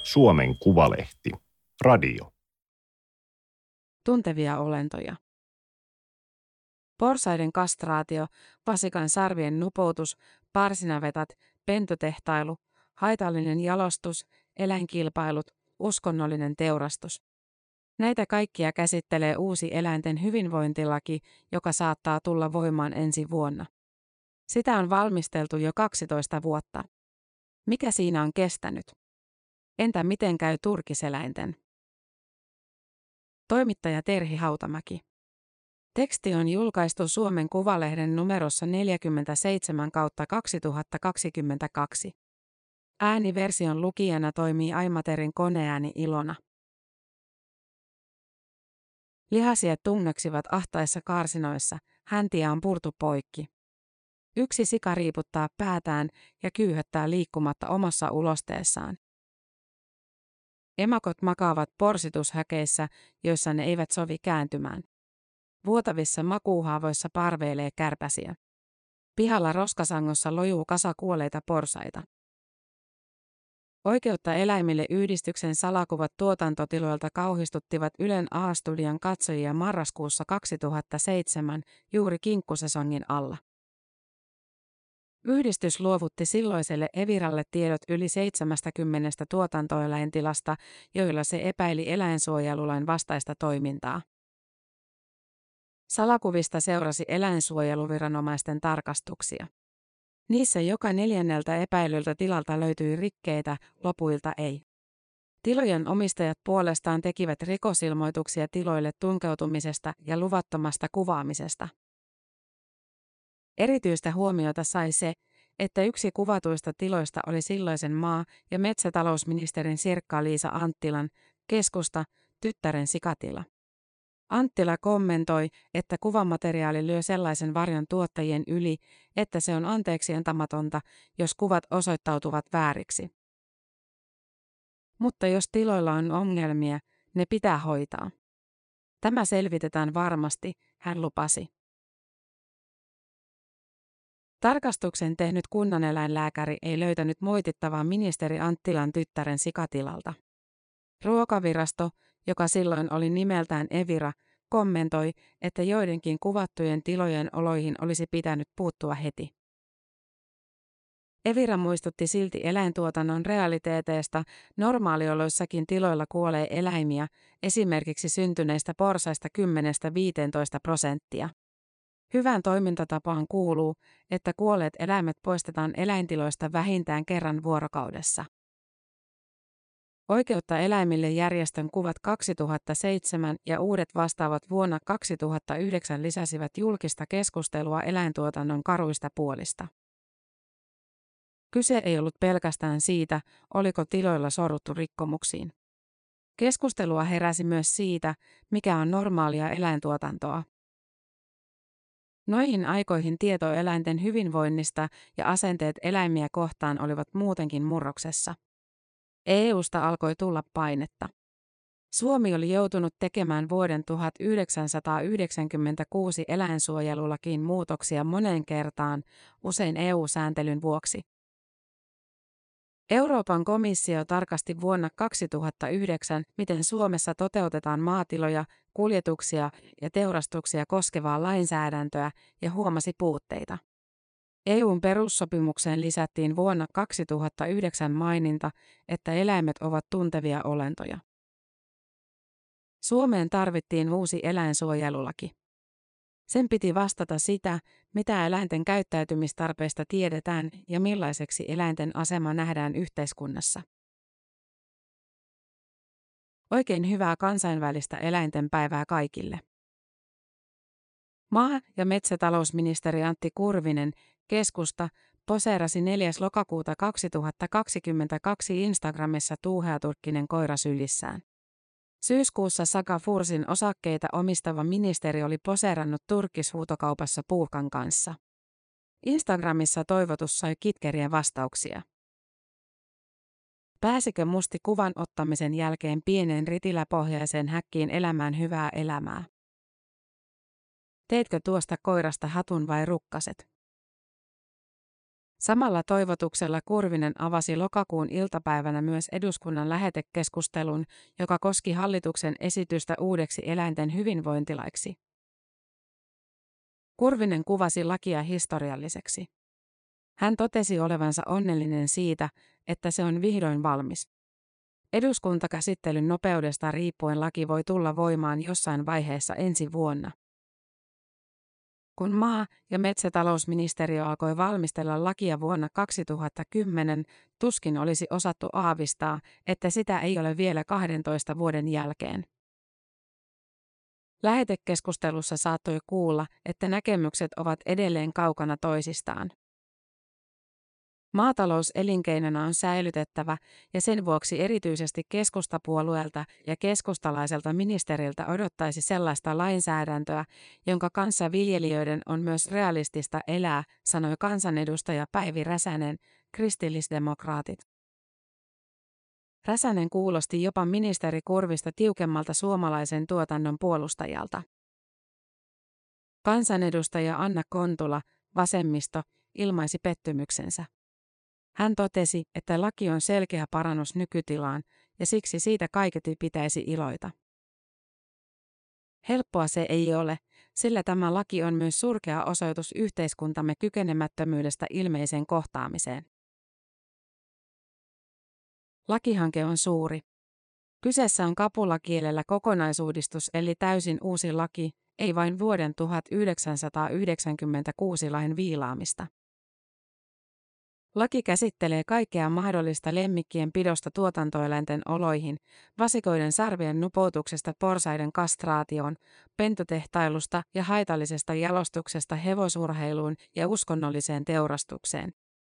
Suomen Kuvalehti. Radio. Tuntevia olentoja. Porsaiden kastraatio, vasikan sarvien nupoutus, parsinavetat, pentutehtailu, haitallinen jalostus, eläinkilpailut, uskonnollinen teurastus. Näitä kaikkia käsittelee uusi eläinten hyvinvointilaki, joka saattaa tulla voimaan ensi vuonna. Sitä on valmisteltu jo 12 vuotta. Mikä siinä on kestänyt? Entä miten käy turkiseläinten? Toimittaja Terhi Hautamäki. Teksti on julkaistu Suomen Kuvalehden numerossa 47/2022. Ääniversion lukijana toimii Aimaterin koneääni Ilona. Lihasiet tungeksivat ahtaissa karsinoissa, häntiä on purtu poikki. Yksi sika riiputtaa päätään ja kyyhöttää liikkumatta omassa ulosteessaan. Emakot makaavat porsitushäkeissä, joissa ne eivät sovi kääntymään. Vuotavissa makuuhaavoissa parveilee kärpäsiä. Pihalla roskasangossa lojuu kasa kuolleita porsaita. Oikeutta eläimille -yhdistyksen salakuvat tuotantotiloilta kauhistuttivat Ylen A-studion katsojia marraskuussa 2007 juuri kinkkusesongin alla. Yhdistys luovutti silloiselle Eviralle tiedot yli 70 tuotantoeläintilasta, joilla se epäili eläinsuojelulain vastaista toimintaa. Salakuvista seurasi eläinsuojeluviranomaisten tarkastuksia. Niissä joka 4. epäilyltä tilalta löytyi rikkeitä, lopuilta ei. Tilojen omistajat puolestaan tekivät rikosilmoituksia tiloille tunkeutumisesta ja luvattomasta kuvaamisesta. Erityistä huomiota sai se, että yksi kuvatuista tiloista oli silloisen maa- ja metsätalousministerin Sirkka-Liisa Anttilan, Keskusta, tyttären sikatila. Anttila kommentoi, että kuvamateriaali lyö sellaisen varjon tuottajien yli, että se on anteeksiantamatonta, jos kuvat osoittautuvat vääriksi. Mutta jos tiloilla on ongelmia, ne pitää hoitaa. Tämä selvitetään varmasti, hän lupasi. Tarkastuksen tehnyt kunnaneläinlääkäri ei löytänyt moitittavaa ministeri Anttilan tyttären sikatilalta. Ruokavirasto, joka silloin oli nimeltään Evira, kommentoi, että joidenkin kuvattujen tilojen oloihin olisi pitänyt puuttua heti. Evira muistutti silti eläintuotannon realiteeteista. Normaalioloissakin tiloilla kuolee eläimiä, esimerkiksi syntyneistä porsaista 10–15%. Hyvään toimintatapaan kuuluu, että kuolleet eläimet poistetaan eläintiloista vähintään kerran vuorokaudessa. Oikeutta eläimille -järjestön kuvat 2007 ja uudet vastaavat vuonna 2009 lisäsivät julkista keskustelua eläintuotannon karuista puolista. Kyse ei ollut pelkästään siitä, oliko tiloilla sorruttu rikkomuksiin. Keskustelua heräsi myös siitä, mikä on normaalia eläintuotantoa. Noihin aikoihin tieto eläinten hyvinvoinnista ja asenteet eläimiä kohtaan olivat muutenkin murroksessa. EU:sta alkoi tulla painetta. Suomi oli joutunut tekemään vuoden 1996 eläinsuojelulakiin muutoksia moneen kertaan, usein EU-sääntelyn vuoksi. Euroopan komissio tarkasti vuonna 2009, miten Suomessa toteutetaan maatiloja, kuljetuksia ja teurastuksia koskevaa lainsäädäntöä ja huomasi puutteita. EU:n perussopimukseen lisättiin vuonna 2009 maininta, että eläimet ovat tuntevia olentoja. Suomeen tarvittiin uusi eläinsuojelulaki. Sen piti vastata sitä, mitä eläinten käyttäytymistarpeista tiedetään ja millaiseksi eläinten asema nähdään yhteiskunnassa. Oikein hyvää kansainvälistä eläintenpäivää kaikille. Maa- ja metsätalousministeri Antti Kurvinen, Keskusta, poseerasi 4. lokakuuta 2022 Instagramissa tuuheaturkkinen koira syllissään. Syyskuussa Saka Fursin osakkeita omistava ministeri oli poseerannut turkishuutokaupassa puukan kanssa. Instagramissa toivotus sai kitkeriä vastauksia. Pääsikö musti kuvan ottamisen jälkeen pieneen ritiläpohjaiseen häkkiin elämään hyvää elämää? Teitkö tuosta koirasta hatun vai rukkaset? Samalla toivotuksella Kurvinen avasi lokakuun iltapäivänä myös eduskunnan lähetekeskustelun, joka koski hallituksen esitystä uudeksi eläinten hyvinvointilaiksi. Kurvinen kuvasi lakia historialliseksi. Hän totesi olevansa onnellinen siitä, että se on vihdoin valmis. Eduskuntakäsittelyn nopeudesta riippuen laki voi tulla voimaan jossain vaiheessa ensi vuonna. Kun maa- ja metsätalousministeriö alkoi valmistella lakia vuonna 2010, tuskin olisi osattu aavistaa, että sitä ei ole vielä 12 vuoden jälkeen. Lähetekeskustelussa saattoi kuulla, että näkemykset ovat edelleen kaukana toisistaan. Maatalous elinkeinona on säilytettävä ja sen vuoksi erityisesti keskustapuolueelta ja keskustalaiselta ministeriltä odottaisi sellaista lainsäädäntöä, jonka kanssa viljelijöiden on myös realistista elää, sanoi kansanedustaja Päivi Räsänen, kristillisdemokraatit. Räsänen kuulosti jopa ministeri Kurvista tiukemmalta suomalaisen tuotannon puolustajalta. Kansanedustaja Anna Kontula, vasemmisto, ilmaisi pettymyksensä. Hän totesi, että laki on selkeä parannus nykytilaan ja siksi siitä kaiketi pitäisi iloita. Helppoa se ei ole, sillä tämä laki on myös surkea osoitus yhteiskuntamme kykenemättömyydestä ilmeiseen kohtaamiseen. Lakihanke on suuri. Kyseessä on kapulakielellä kokonaisuudistus eli täysin uusi laki, ei vain vuoden 1996 lain viilaamista. Laki käsittelee kaikkea mahdollista lemmikkien pidosta tuotantoeläinten oloihin, vasikoiden sarvien nupoutuksesta porsaiden kastraatioon, pentutehtailusta ja haitallisesta jalostuksesta hevosurheiluun ja uskonnolliseen teurastukseen.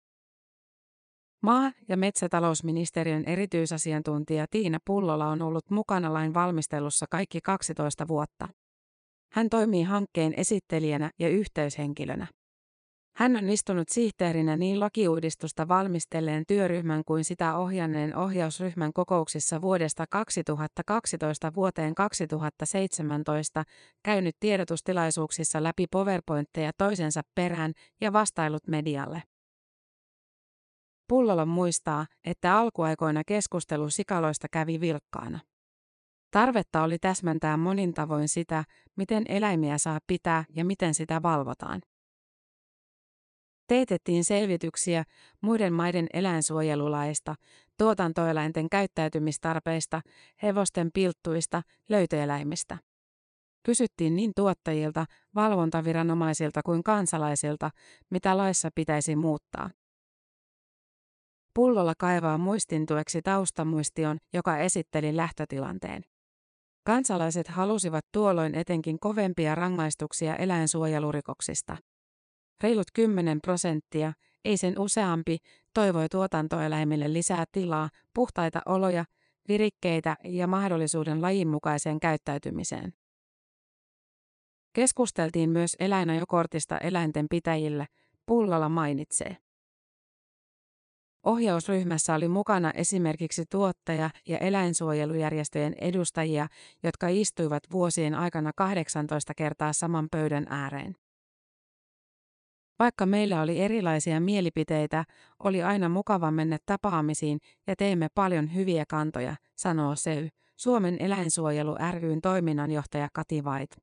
Maa- ja metsätalousministeriön erityisasiantuntija Tiina Pullola on ollut mukana lain valmistelussa kaikki 12 vuotta. Hän toimii hankkeen esittelijänä ja yhteyshenkilönä. Hän on istunut sihteerinä niin lakiuudistusta valmistelleen työryhmän kuin sitä ohjanneen ohjausryhmän kokouksissa vuodesta 2012 vuoteen 2017, käynyt tiedotustilaisuuksissa läpi PowerPointteja toisensa perään ja vastaillut medialle. Pullola muistaa, että alkuaikoina keskustelu sikaloista kävi vilkkaana. Tarvetta oli täsmentää monin tavoin sitä, miten eläimiä saa pitää ja miten sitä valvotaan. Teetettiin selvityksiä muiden maiden eläinsuojelulaista, tuotantoeläinten käyttäytymistarpeista, hevosten pilttuista, löytöeläimistä. Kysyttiin niin tuottajilta, valvontaviranomaisilta kuin kansalaisilta, mitä laissa pitäisi muuttaa. Pullola kaivaa muistintueksi taustamuistion, joka esitteli lähtötilanteen. Kansalaiset halusivat tuolloin etenkin kovempia rangaistuksia eläinsuojelurikoksista. Reilut 10%, ei sen useampi, toivoi tuotantoeläimille lisää tilaa, puhtaita oloja, virikkeitä ja mahdollisuuden lajinmukaiseen käyttäytymiseen. Keskusteltiin myös eläinajokortista eläinten pitäjille, Pullola mainitsee. Ohjausryhmässä oli mukana esimerkiksi tuottaja- ja eläinsuojelujärjestöjen edustajia, jotka istuivat vuosien aikana 18 kertaa saman pöydän ääreen. Vaikka meillä oli erilaisia mielipiteitä, oli aina mukava mennä tapaamisiin ja teimme paljon hyviä kantoja, sanoo SEY, Suomen eläinsuojelu ry:n toiminnanjohtaja Kati Vait.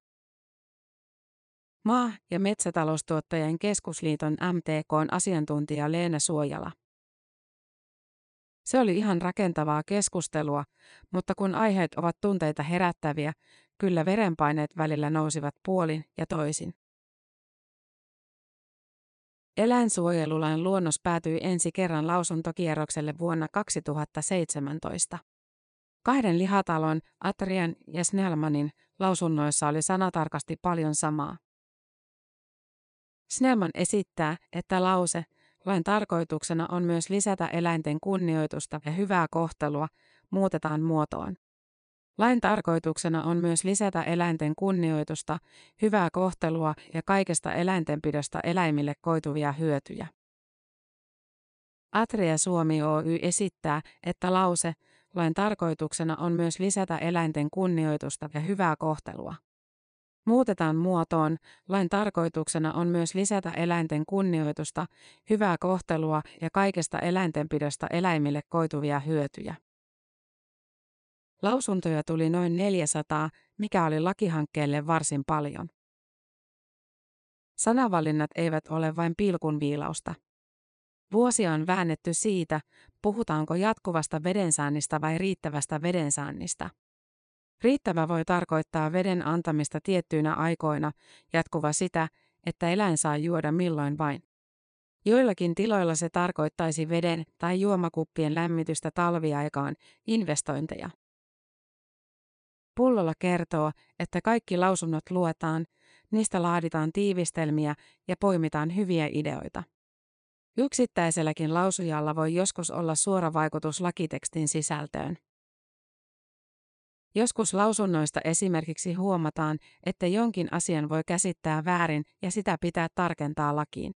Maa- ja metsätaloustuottajien keskusliiton MTK:n asiantuntija Leena Suojala. Se oli ihan rakentavaa keskustelua, mutta kun aiheet ovat tunteita herättäviä, kyllä verenpaineet välillä nousivat puolin ja toisin. Eläinsuojelulain luonnos päätyi ensi kerran lausuntokierrokselle vuonna 2017. Kahden lihatalon, Atrian ja Snellmanin, lausunnoissa oli sanatarkasti paljon samaa. Snellman esittää, että lause, lain tarkoituksena on myös lisätä eläinten kunnioitusta ja hyvää kohtelua, muutetaan muotoon. Lain tarkoituksena on myös lisätä eläinten kunnioitusta, hyvää kohtelua ja kaikesta eläintenpidosta eläimille koituvia hyötyjä. Atria Suomi Oy esittää, että lause, lain tarkoituksena on myös lisätä eläinten kunnioitusta ja hyvää kohtelua. Muutetaan muotoon. Lain tarkoituksena on myös lisätä eläinten kunnioitusta, hyvää kohtelua ja kaikesta eläintenpidosta eläimille koituvia hyötyjä. Lausuntoja tuli noin 400, mikä oli lakihankkeelle varsin paljon. Sanavalinnat eivät ole vain pilkunviilausta. Vuosia on väännetty siitä, puhutaanko jatkuvasta vedensaannista vai riittävästä vedensaannista. Riittävä voi tarkoittaa veden antamista tiettyinä aikoina, jatkuva sitä, että eläin saa juoda milloin vain. Joillakin tiloilla se tarkoittaisi veden tai juomakuppien lämmitystä talviaikaan, investointeja. Pullola kertoo, että kaikki lausunnot luetaan, niistä laaditaan tiivistelmiä ja poimitaan hyviä ideoita. Yksittäiselläkin lausujalla voi joskus olla suora vaikutus lakitekstin sisältöön. Joskus lausunnoista esimerkiksi huomataan, että jonkin asian voi käsittää väärin ja sitä pitää tarkentaa lakiin.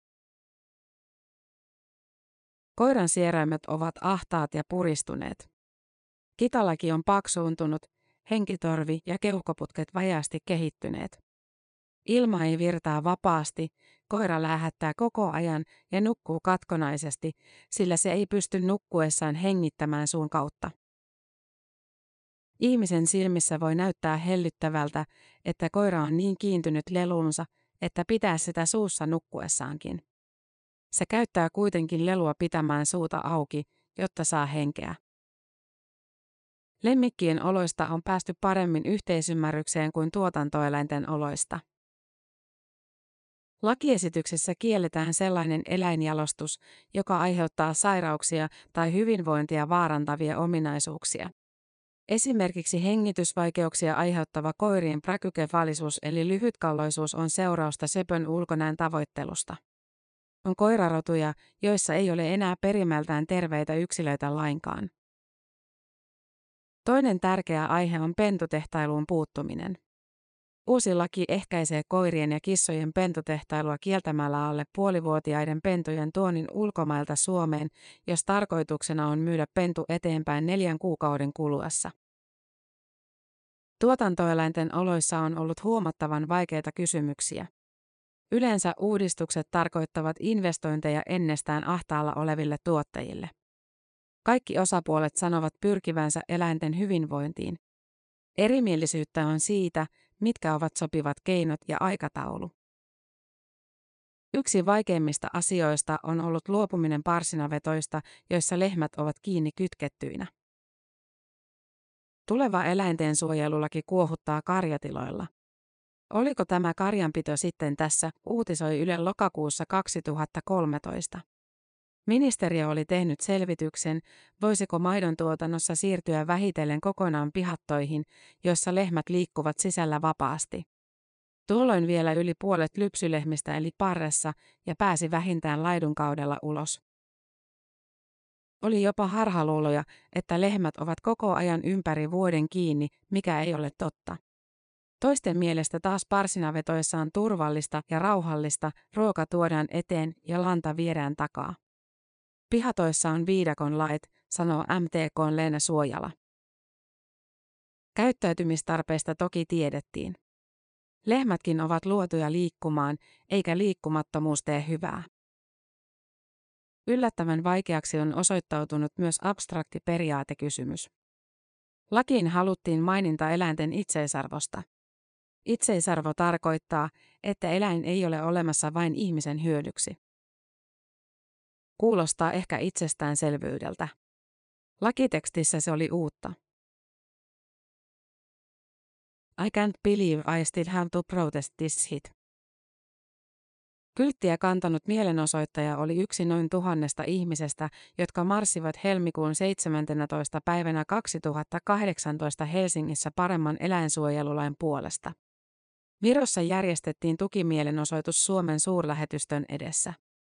Koiran sieraimet ovat ahtaat ja puristuneet. Kitalaki on paksuuntunut, henkitorvi ja keuhkoputket vajaasti kehittyneet. Ilma ei virtaa vapaasti, koira läähättää koko ajan ja nukkuu katkonaisesti, sillä se ei pysty nukkuessaan hengittämään suun kautta. Ihmisen silmissä voi näyttää hellyttävältä, että koira on niin kiintynyt leluunsa, että pitää sitä suussa nukkuessaankin. Se käyttää kuitenkin lelua pitämään suuta auki, jotta saa henkeä. Lemmikkien oloista on päästy paremmin yhteisymmärrykseen kuin tuotantoeläinten oloista. Lakiesityksessä kielletään sellainen eläinjalostus, joka aiheuttaa sairauksia tai hyvinvointia vaarantavia ominaisuuksia. Esimerkiksi hengitysvaikeuksia aiheuttava koirien brachykefaalisuus eli lyhytkalloisuus on seurausta söpön ulkonäön tavoittelusta. On koirarotuja, joissa ei ole enää perimältään terveitä yksilöitä lainkaan. Toinen tärkeä aihe on pentutehtailuun puuttuminen. Uusi laki ehkäisee koirien ja kissojen pentutehtailua kieltämällä alle puolivuotiaiden pentujen tuonnin ulkomailta Suomeen, jos tarkoituksena on myydä pentu eteenpäin 4 kuukauden kuluessa. Tuotantoeläinten oloissa on ollut huomattavan vaikeita kysymyksiä. Yleensä uudistukset tarkoittavat investointeja ennestään ahtaalla oleville tuottajille. Kaikki osapuolet sanovat pyrkivänsä eläinten hyvinvointiin. Erimielisyyttä on siitä, mitkä ovat sopivat keinot ja aikataulu. Yksi vaikeimmista asioista on ollut luopuminen parsinavetoista, joissa lehmät ovat kiinni kytkettyinä. Tuleva eläintensuojelulaki kuohuttaa karjatiloilla. Oliko tämä karjanpito sitten tässä, uutisoi Yle lokakuussa 2013. Ministeriö oli tehnyt selvityksen, voisiko maidontuotannossa siirtyä vähitellen kokonaan pihattoihin, joissa lehmät liikkuvat sisällä vapaasti. Tuolloin vielä yli puolet lypsylehmistä eli parressa ja pääsi vähintään laidunkaudella ulos. Oli jopa harhaluuloja, että lehmät ovat koko ajan ympäri vuoden kiinni, mikä ei ole totta. Toisten mielestä taas parsinavetoissa on turvallista ja rauhallista, ruoka tuodaan eteen ja lanta viedään takaa. Pihatoissa on viidakon lait, sanoo MTK:n Leena Suojala. Käyttäytymistarpeista toki tiedettiin. Lehmätkin ovat luotuja liikkumaan, eikä liikkumattomuus tee hyvää. Yllättävän vaikeaksi on osoittautunut myös abstrakti periaatekysymys. Lakiin haluttiin maininta eläinten itseisarvosta. Itseisarvo tarkoittaa, että eläin ei ole olemassa vain ihmisen hyödyksi. Kuulostaa ehkä itsestäänselvyydeltä. Lakitekstissä se oli uutta. I can't believe I still have to protest this hit. Kylttiä kantanut mielenosoittaja oli yksi noin 1000 ihmisestä, jotka marssivat helmikuun 17. päivänä 2018 Helsingissä paremman eläinsuojelulain puolesta. Virossa järjestettiin tukimielenosoitus Suomen suurlähetystön edessä.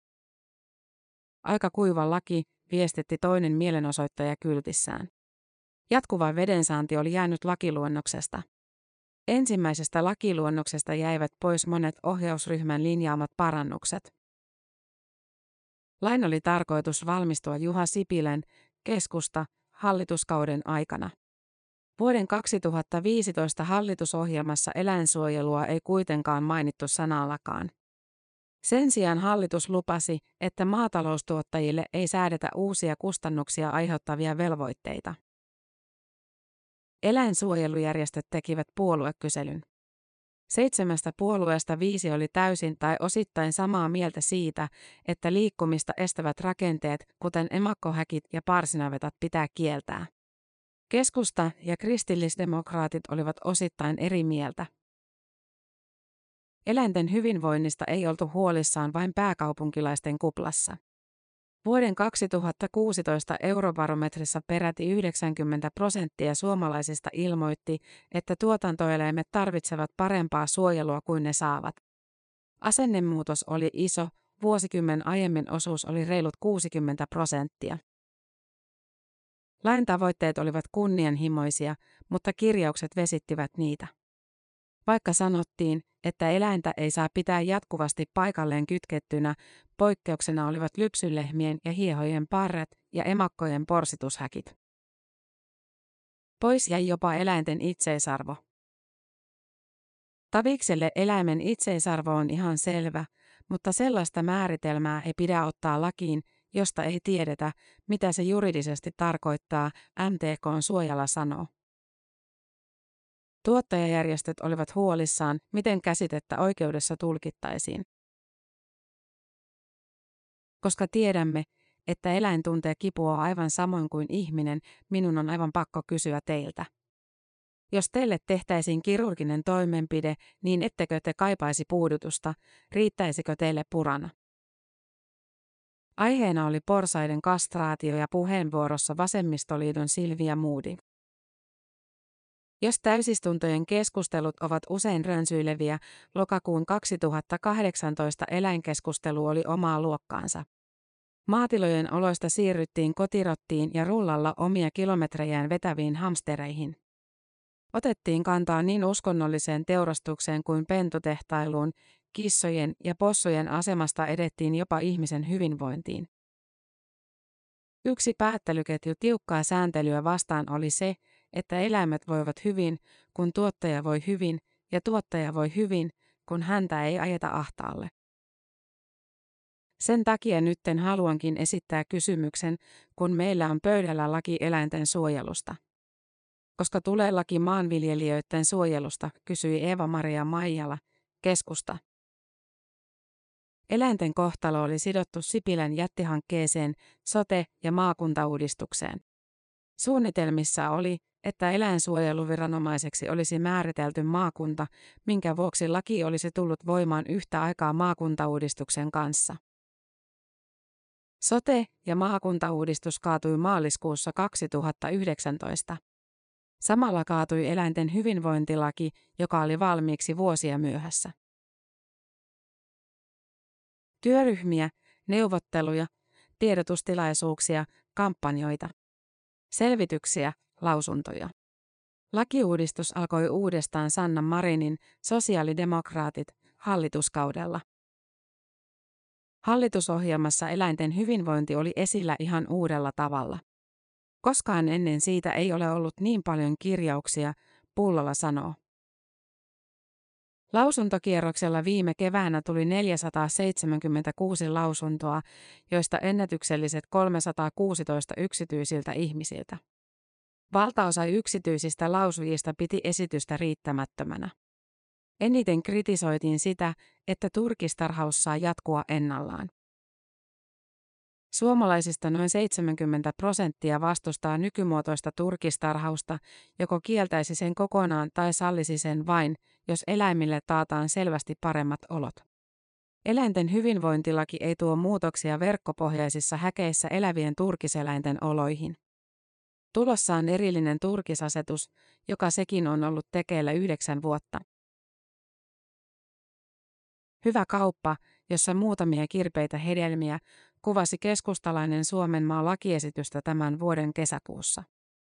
Aika kuiva laki, viestitti toinen mielenosoittaja kyltissään. Jatkuva vedensaanti oli jäänyt lakiluonnoksesta. Ensimmäisestä lakiluonnoksesta jäivät pois monet ohjausryhmän linjaamat parannukset. Lain oli tarkoitus valmistua Juha Sipilän, keskusta, hallituskauden aikana. Vuoden 2015 hallitusohjelmassa eläinsuojelua ei kuitenkaan mainittu sanallakaan. Sen sijaan hallitus lupasi, että maataloustuottajille ei säädetä uusia kustannuksia aiheuttavia velvoitteita. Eläinsuojelujärjestöt tekivät puoluekyselyn. 7 puolueesta 5 oli täysin tai osittain samaa mieltä siitä, että liikkumista estävät rakenteet, kuten emakkohäkit ja parsinavetat, pitää kieltää. Keskusta ja kristillisdemokraatit olivat osittain eri mieltä. Eläinten hyvinvoinnista ei oltu huolissaan vain pääkaupunkilaisten kuplassa. Vuoden 2016 Eurobarometrissa peräti 90% suomalaisista ilmoitti, että tuotantoeläimet tarvitsevat parempaa suojelua kuin ne saavat. Asennemuutos oli iso, vuosikymmen aiemmin osuus oli reilut 60%. Lain tavoitteet olivat kunnianhimoisia, mutta kirjaukset vesittivät niitä. Vaikka sanottiin, että eläintä ei saa pitää jatkuvasti paikalleen kytkettynä, poikkeuksena olivat lypsylehmien ja hiehojen parret ja emakkojen porsitushäkit. Pois jäi jopa eläinten itseisarvo. Tavikselle eläimen itseisarvo on ihan selvä, mutta sellaista määritelmää ei pidä ottaa lakiin, josta ei tiedetä, mitä se juridisesti tarkoittaa, MTK:n suojalla sanoo. Tuottajajärjestöt olivat huolissaan, miten käsitettä oikeudessa tulkittaisiin. Koska tiedämme, että eläin tuntee kipua aivan samoin kuin ihminen, minun on aivan pakko kysyä teiltä. Jos teille tehtäisiin kirurginen toimenpide, niin ettekö te kaipaisi puudutusta, riittäisikö teille purana? Aiheena oli porsaiden kastraatio ja puheenvuorossa Vasemmistoliiton Silvia Modig. Jos täysistuntojen keskustelut ovat usein rönsyileviä, lokakuun 2018 eläinkeskustelu oli omaa luokkaansa. Maatilojen oloista siirryttiin kotirottiin ja rullalla omia kilometrejään vetäviin hamstereihin. Otettiin kantaa niin uskonnolliseen teurastukseen kuin pentutehtailuun, kissojen ja possujen asemasta edettiin jopa ihmisen hyvinvointiin. Yksi päättelyketju tiukkaa sääntelyä vastaan oli se, että eläimet voivat hyvin, kun tuottaja voi hyvin, ja tuottaja voi hyvin, kun häntä ei ajeta ahtaalle. Sen takia nytten haluankin esittää kysymyksen, kun meillä on pöydällä laki eläinten suojelusta. Koska tulee laki maanviljelijöiden suojelusta, kysyi Eeva-Maria Maijala, keskusta. Eläinten kohtalo oli sidottu Sipilän jättihankkeeseen, sote- ja maakuntauudistukseen. Suunnitelmissa oli, että eläinsuojeluviranomaiseksi olisi määritelty maakunta, minkä vuoksi laki olisi tullut voimaan yhtä aikaa maakuntauudistuksen kanssa. Sote- ja maakuntauudistus kaatui maaliskuussa 2019. Samalla kaatui eläinten hyvinvointilaki, joka oli valmiiksi vuosia myöhässä. Työryhmiä, neuvotteluja, tiedotustilaisuuksia, kampanjoita, selvityksiä, lausuntoja. Lakiuudistus alkoi uudestaan Sanna Marinin, sosiaalidemokraatit, hallituskaudella. Hallitusohjelmassa eläinten hyvinvointi oli esillä ihan uudella tavalla. Koskaan ennen siitä ei ole ollut niin paljon kirjauksia, Pullola sanoo. Lausuntokierroksella viime keväänä tuli 476 lausuntoa, joista ennätykselliset 316 yksityisiltä ihmisiltä. Valtaosa yksityisistä lausujista piti esitystä riittämättömänä. Eniten kritisoitiin sitä, että turkistarhaus saa jatkua ennallaan. Suomalaisista noin 70% vastustaa nykymuotoista turkistarhausta, joko kieltäisi sen kokonaan tai sallisi sen vain, jos eläimille taataan selvästi paremmat olot. Eläinten hyvinvointilaki ei tuo muutoksia verkkopohjaisissa häkeissä elävien turkiseläinten oloihin. Tulossa on erillinen turkisasetus, joka sekin on ollut tekeillä 9 vuotta. Hyvä kauppa, jossa muutamia kirpeitä hedelmiä, kuvasi keskustalainen Suomenmaa lakiesitystä tämän vuoden kesäkuussa.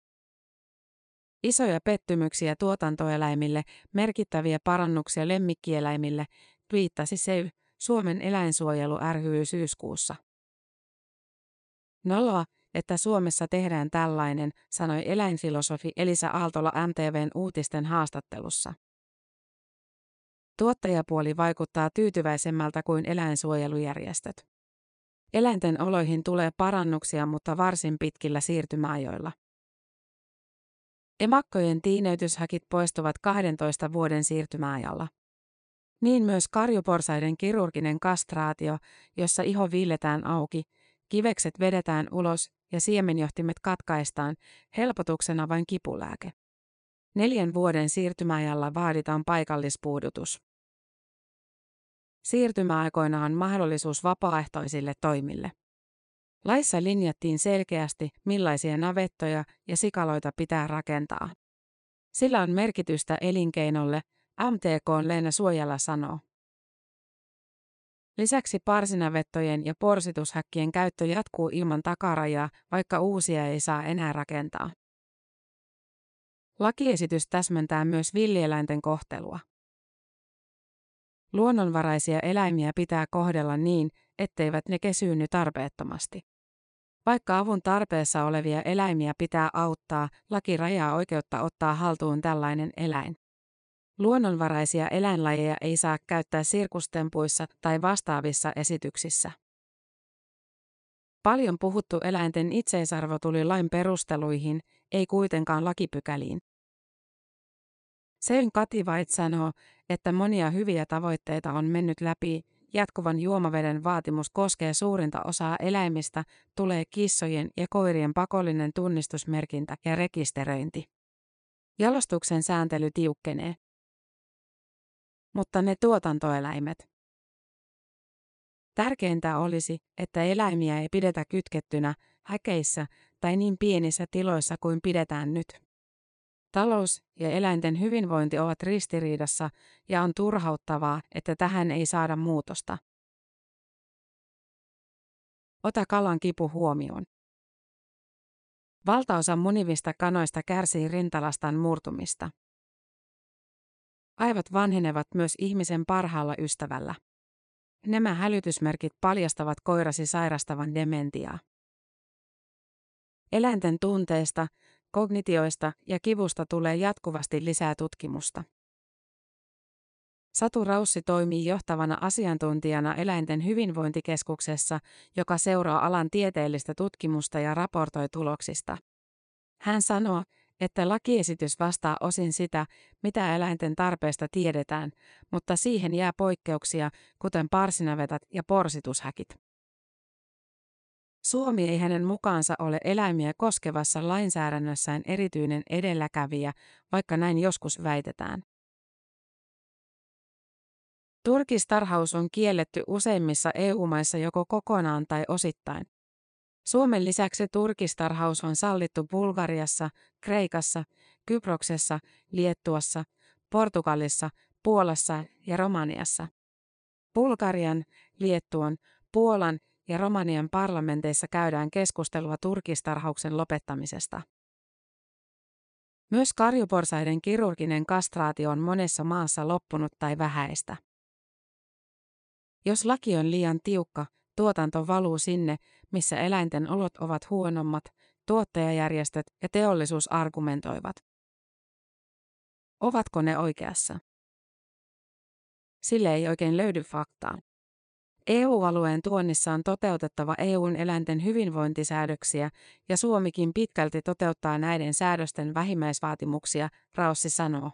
Isoja pettymyksiä tuotantoeläimille, merkittäviä parannuksia lemmikkieläimille, twiittasi SEY, Suomen eläinsuojelu ry syyskuussa. Noloa, että Suomessa tehdään tällainen, sanoi eläinfilosofi Elisa Aaltola MTV:n uutisten haastattelussa. Tuottajapuoli vaikuttaa tyytyväisemmältä kuin eläinsuojelujärjestöt. Eläinten oloihin tulee parannuksia, mutta varsin pitkillä siirtymäajoilla. Emakkojen tiineytyshäkit poistuvat 12 vuoden siirtymäajalla. Niin myös karjuporsaiden kirurginen kastraatio, jossa iho viilletään auki, kivekset vedetään ulos ja siemenjohtimet katkaistaan, helpotuksena vain kipulääke. 4 vuoden siirtymäajalla vaaditaan paikallispuudutus. Siirtymäaikoina on mahdollisuus vapaaehtoisille toimille. Laissa linjattiin selkeästi, millaisia navettoja ja sikaloita pitää rakentaa. Sillä on merkitystä elinkeinolle, MTK:n Leena Suojala sanoo. Lisäksi parsinavettojen ja porsitushäkkien käyttö jatkuu ilman takarajaa, vaikka uusia ei saa enää rakentaa. Lakiesitys täsmentää myös villieläinten kohtelua. Luonnonvaraisia eläimiä pitää kohdella niin, etteivät ne kesyynny tarpeettomasti. Vaikka avun tarpeessa olevia eläimiä pitää auttaa, laki rajaa oikeutta ottaa haltuun tällainen eläin. Luonnonvaraisia eläinlajeja ei saa käyttää sirkustempuissa tai vastaavissa esityksissä. Paljon puhuttu eläinten itseisarvo tuli lain perusteluihin, ei kuitenkaan lakipykäliin. Sein Kativait sanoo, että monia hyviä tavoitteita on mennyt läpi, jatkuvan juomaveden vaatimus koskee suurinta osaa eläimistä, tulee kissojen ja koirien pakollinen tunnistusmerkintä ja rekisteröinti. Jalostuksen sääntely tiukkenee. Mutta ne tuotantoeläimet. Tärkeintä olisi, että eläimiä ei pidetä kytkettynä, häkeissä tai niin pienissä tiloissa kuin pidetään nyt. Talous ja eläinten hyvinvointi ovat ristiriidassa ja on turhauttavaa, että tähän ei saada muutosta. Ota kalan kipu huomioon. Valtaosa munivista kanoista kärsii rintalastan murtumista. Aivot vanhenevat myös ihmisen parhaalla ystävällä. Nämä hälytysmerkit paljastavat koirasi sairastavan dementiaa. Eläinten tunteista, kognitioista ja kivusta tulee jatkuvasti lisää tutkimusta. Satu Raussi toimii johtavana asiantuntijana Eläinten hyvinvointikeskuksessa, joka seuraa alan tieteellistä tutkimusta ja raportoi tuloksista. Hän sanoo, että lakiesitys vastaa osin sitä, mitä eläinten tarpeesta tiedetään, mutta siihen jää poikkeuksia, kuten parsinavetat ja porsitushäkit. Suomi ei hänen mukaansa ole eläimiä koskevassa lainsäädännössään erityinen edelläkävijä, vaikka näin joskus väitetään. Turkistarhaus on kielletty useimmissa EU-maissa joko kokonaan tai osittain. Suomen lisäksi turkistarhaus on sallittu Bulgariassa, Kreikassa, Kyproksessa, Liettuassa, Portugalissa, Puolassa ja Romaniassa. Bulgarian, Liettuan, Puolan ja Romanian parlamenteissa käydään keskustelua turkistarhauksen lopettamisesta. Myös karjuporsaiden kirurginen kastraatio on monessa maassa loppunut tai vähäistä. Jos laki on liian tiukka, tuotanto valuu sinne, missä eläinten olot ovat huonommat, tuottajajärjestöt ja teollisuus argumentoivat. Ovatko ne oikeassa? Sille ei oikein löydy faktaa. EU-alueen tuonnissa on toteutettava EU:n eläinten hyvinvointisäädöksiä ja Suomikin pitkälti toteuttaa näiden säädösten vähimmäisvaatimuksia, Raussi sanoo.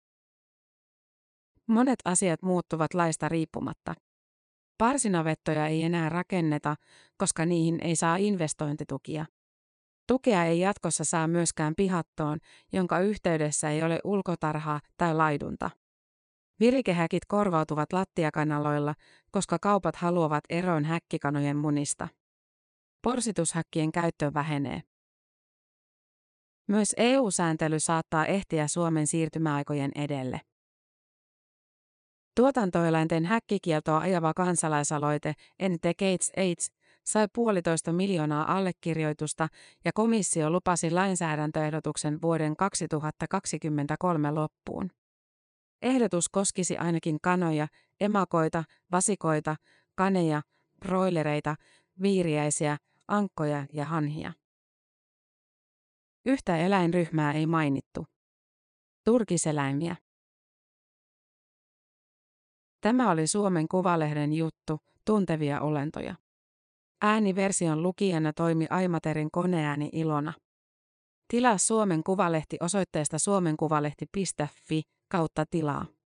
Monet asiat muuttuvat laista riippumatta. Parsinavettoja ei enää rakenneta, koska niihin ei saa investointitukia. Tukea ei jatkossa saa myöskään pihattoon, jonka yhteydessä ei ole ulkotarhaa tai laidunta. Virikehäkit korvautuvat lattiakanaloilla, koska kaupat haluavat eroon häkkikanojen munista. Porsitushäkkien käyttö vähenee. Myös EU-sääntely saattaa ehtiä Suomen siirtymäaikojen edelle. Tuotantoeläinten häkkikieltoa ajava kansalaisaloite End the Cage Age sai 1,5 miljoonaa allekirjoitusta ja komissio lupasi lainsäädäntöehdotuksen vuoden 2023 loppuun. Ehdotus koskisi ainakin kanoja, emakoita, vasikoita, kaneja, broilereita, viiriäisiä, ankkoja ja hanhia. Yhtä eläinryhmää ei mainittu. Turkiseläimiä. Tämä oli Suomen Kuvalehden juttu, tuntevia olentoja. Ääniversion lukijana toimi Aimaterin koneääni Ilona. Tilaa Suomen Kuvalehti osoitteesta suomenkuvalehti.fi/tilaa.